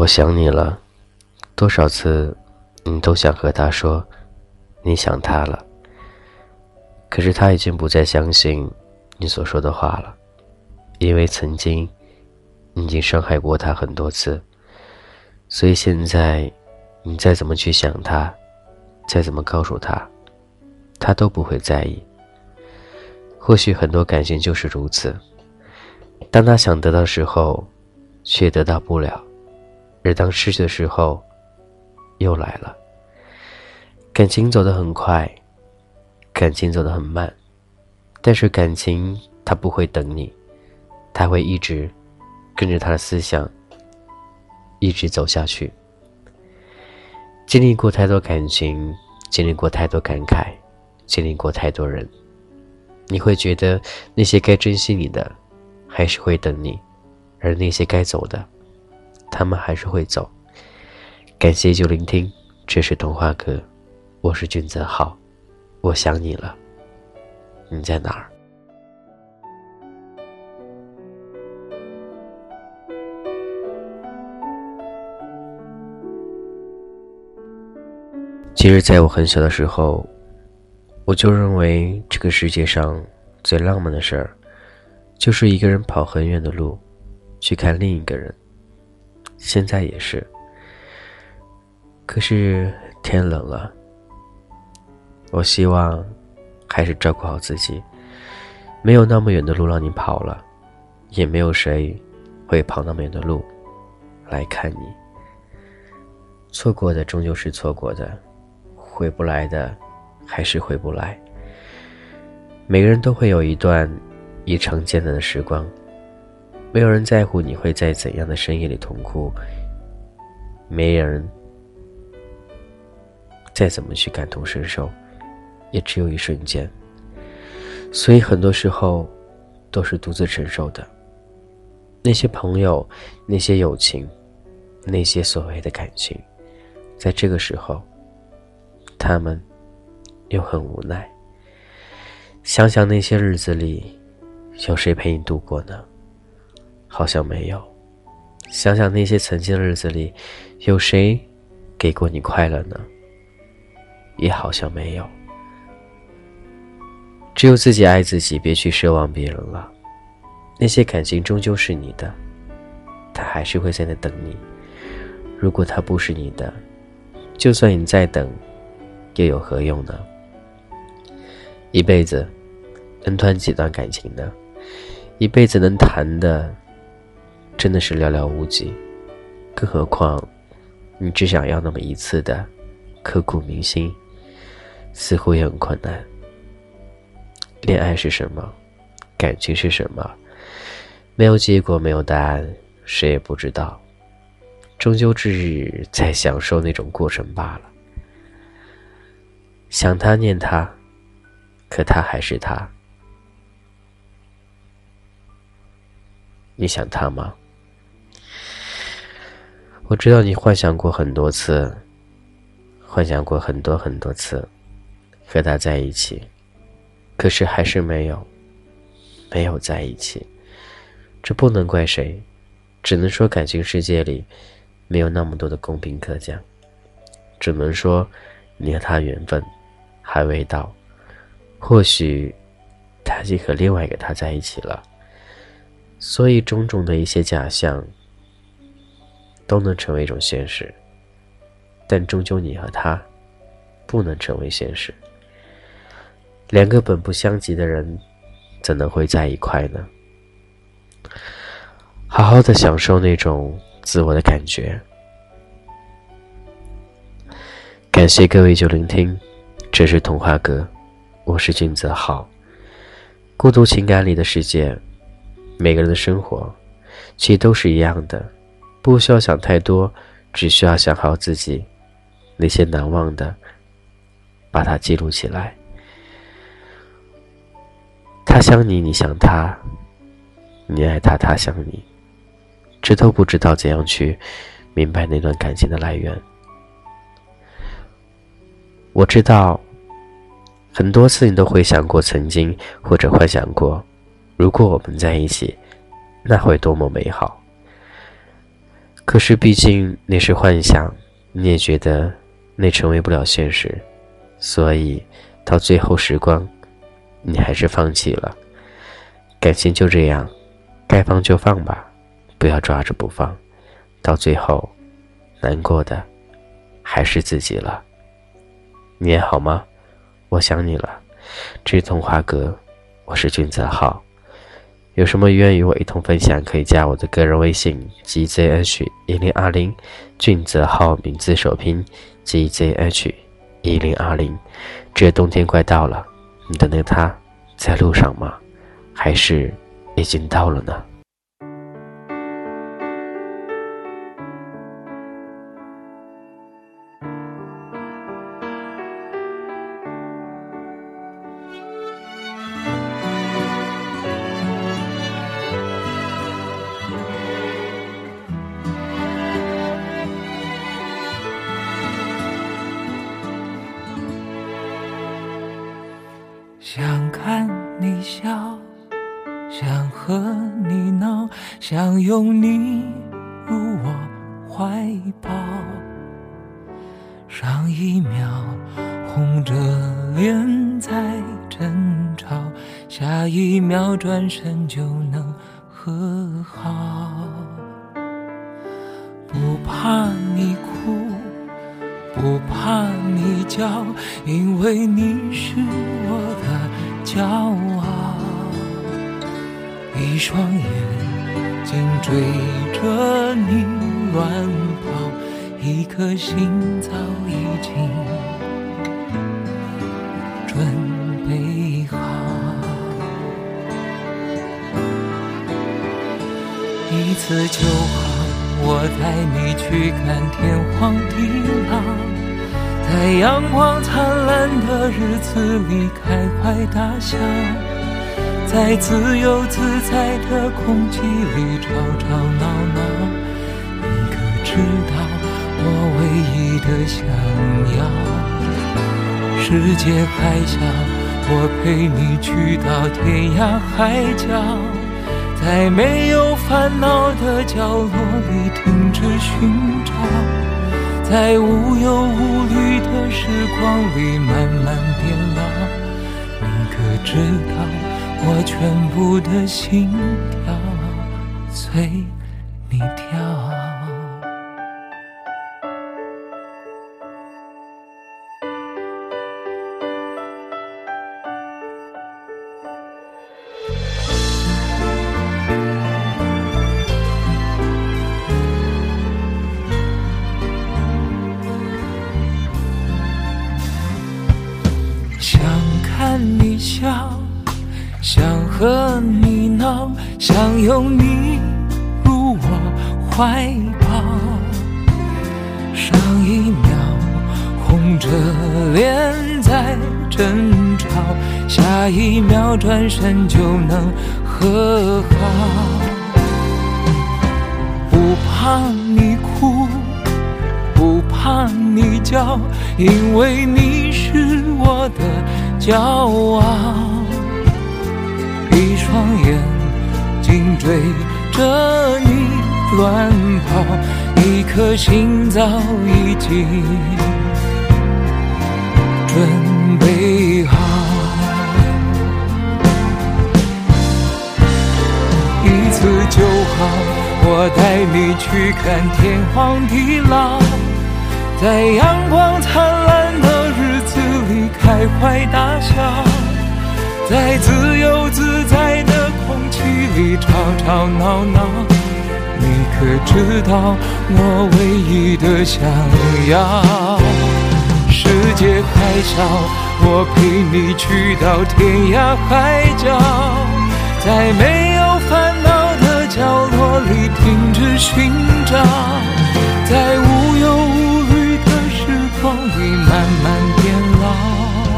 想你了，多少次你都想和他说你想他了，可是他已经不再相信你所说的话了，因为曾经你已经伤害过他很多次，所以现在你再怎么去想他，再怎么告诉他，他都不会在意。或许很多感情就是如此，当他想得到的时候却得到不了，而当失去的时候又来了。感情走得很快，感情走得很慢，但是感情它不会等你，它会一直跟着他的思想一直走下去。经历过太多感情，经历过太多感慨，经历过太多人，你会觉得那些该珍惜你的还是会等你，而那些该走的他们还是会走。感谢就聆听，这是童话哥，我是君泽浩，我想你了，你在哪儿？其实在我很小的时候，我就认为这个世界上最浪漫的事儿就是一个人跑很远的路去看另一个人，现在也是。可是天冷了，我希望还是照顾好自己，没有那么远的路让你跑了，也没有谁会跑那么远的路来看你。错过的终究是错过的，回不来的还是回不来。每个人都会有一段异常艰难的时光，没有人在乎你会在怎样的深夜里痛哭，没人再怎么去感同身受，也只有一瞬间。所以很多时候都是独自承受的。那些朋友，那些友情，那些所谓的感情，在这个时候他们又很无奈。想想那些日子里有谁陪你度过呢？好像没有。想想那些曾经的日子里有谁给过你快乐呢？也好像没有。只有自己爱自己，别去奢望别人了。那些感情终究是你的，他还是会在那等你。如果他不是你的，就算你再等又有何用呢？一辈子能谈几段感情呢？一辈子能谈的真的是寥寥无几，更何况你只想要那么一次的刻骨铭心，似乎也很困难。恋爱是什么？感情是什么？没有结果，没有答案，谁也不知道，终究只是在享受那种过程罢了。想他念他，可他还是他。你想他吗？我知道你幻想过很多次，幻想过很多很多次和他在一起，可是还是没有在一起。这不能怪谁，只能说感情世界里没有那么多的公平可讲，只能说你和他缘分还未到，或许他已经和另外一个他在一起了。所以种种的一些假象都能成为一种现实，但终究你和他不能成为现实。两个本不相及的人怎能会在一块呢？好好的享受那种自我的感觉。感谢各位就聆听，这是童话阁，我是君泽浩。孤独情感里的世界，每个人的生活其实都是一样的，不需要想太多，只需要想好自己那些难忘的，把它记录起来。他想你，你想他，你爱他，他想你，这都不知道怎样去明白那段感情的来源。我知道很多次你都会想过曾经，或者幻想过如果我们在一起，那会多么美好。 可是毕竟那是幻想，你也觉得那成为不了现实，所以到最后时光，你还是放弃了。感情就这样，该放就放吧，不要抓着不放，到最后难过的还是自己了。你也好吗？我想你了。这是童话阁，我是君泽浩。有什么愿与我一同分享，可以加我的个人微信 gzh1020， 君泽浩名字首拼 gzh1020。这冬天快到了，你的那个他在路上吗？还是已经到了呢？ 想看你笑，想和你闹，想拥你入我怀抱。上一秒红着脸在争吵，下一秒转身就能和好。不怕你哭，不怕你叫，因为你是我的骄傲。一双眼睛追着你乱跑，一颗心早已经准备好。一次就好，我带你去看天荒地老，在阳光灿烂的日子里开怀大笑，在自由自在的空气里吵吵闹闹。你可知道我唯一的想要？世界还小，我陪你去到天涯海角，在没有烦恼的角落里停止寻找，在无忧无虑的时光里慢慢变老。你可知道我全部的心跳随你跳。想看你笑，想和你闹，想拥你入我怀抱。上一秒红着脸在争吵，下一秒转身就能和好。不怕你哭，不怕你叫，因为你是我的骄傲。一双眼睛追着你乱跑，一颗心早已经准备好。一次就好，我带你去看天荒地老，在阳光灿烂的日子里开怀大笑，在自由自在的空气里吵吵闹闹。你可知道我唯一的想要？世界还小，我陪你去到天涯海角，在没有烦恼的角落里停止寻找，在无忧无虑的时光里慢慢变老。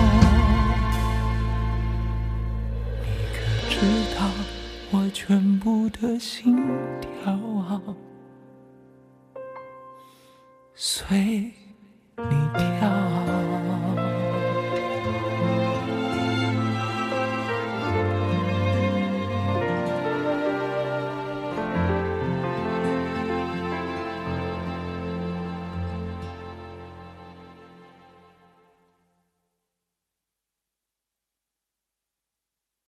你可知道我全部的心跳随你跳。